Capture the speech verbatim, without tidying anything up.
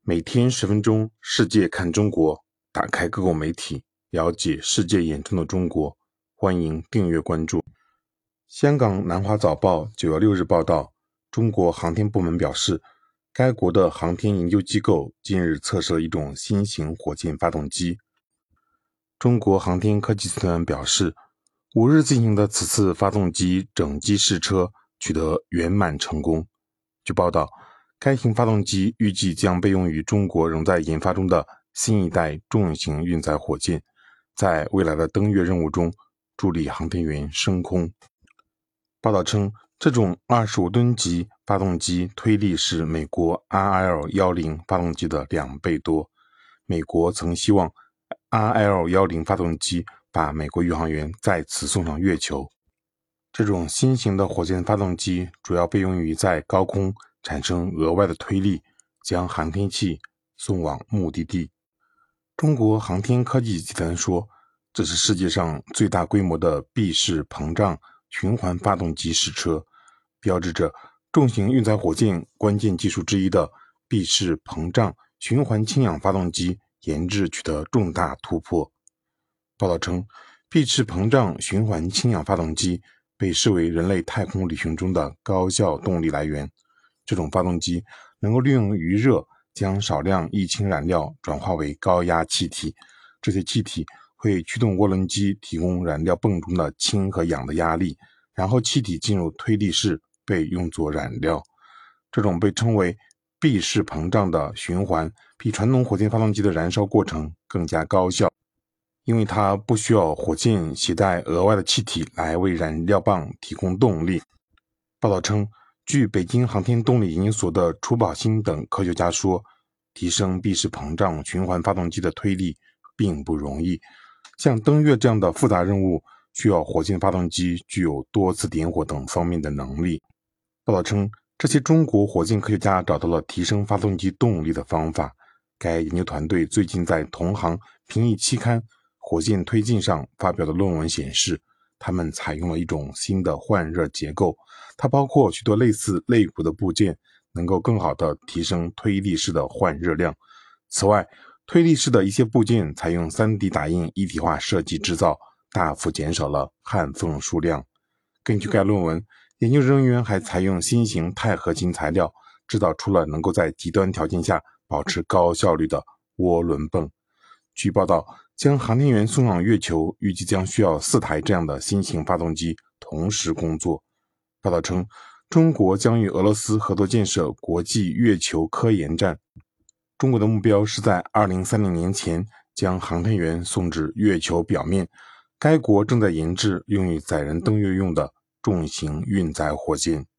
每天十分钟，世界看中国，打开各国媒体，了解世界眼中的中国。欢迎订阅关注。香港南华早报九月六日报道，中国航天部门表示，该国的航天研究机构近日测试了一种新型火箭发动机。中国航天科技集团表示，五日进行的此次发动机整机试车取得圆满成功。据报道，该型发动机预计将被用于中国仍在研发中的新一代重型运载火箭，在未来的登月任务中助力航天员升空。报道称，这种二十五吨级发动机推力是美国 R L 十 发动机的两倍多。美国曾希望 R L 十 发动机把美国宇航员再次送上月球。这种新型的火箭发动机主要被用于在高空产生额外的推力，将航天器送往目的地。中国航天科技集团说，这是世界上最大规模的闭式膨胀循环发动机试车，标志着重型运载火箭关键技术之一的闭式膨胀循环氢氧发动机研制取得重大突破。报道称，闭式膨胀循环氢氧发动机被视为人类太空旅行中的高效动力来源。这种发动机能够利用余热将少量液氢燃料转化为高压气体，这些气体会驱动涡轮机提供燃料泵中的氢和氧的压力，然后气体进入推力室被用作燃料。这种被称为闭式膨胀的循环比传统火箭发动机的燃烧过程更加高效，因为它不需要火箭携带额外的气体来为燃料棒提供动力。报道称，据北京航天动力研究所的楚宝新等科学家说，提升闭式膨胀循环发动机的推力并不容易。像登月这样的复杂任务需要火箭发动机具有多次点火等方面的能力。报道称，这些中国火箭科学家找到了提升发动机动力的方法。该研究团队最近在同行评议期刊《火箭推进》上发表的论文显示，他们采用了一种新的换热结构，它包括许多类似肋骨的部件，能够更好地提升推力式的换热量。此外，推力式的一些部件采用 三 D 打印一体化设计制造，大幅减少了焊缝数量。根据该论文，研究人员还采用新型钛合金材料，制造出了能够在极端条件下保持高效率的涡轮泵。据报道，将航天员送上月球预计将需要四台这样的新型发动机同时工作。报道称，中国将与俄罗斯合作建设国际月球科研站。中国的目标是在二零三零年前将航天员送至月球表面。该国正在研制用于载人登月用的重型运载火箭。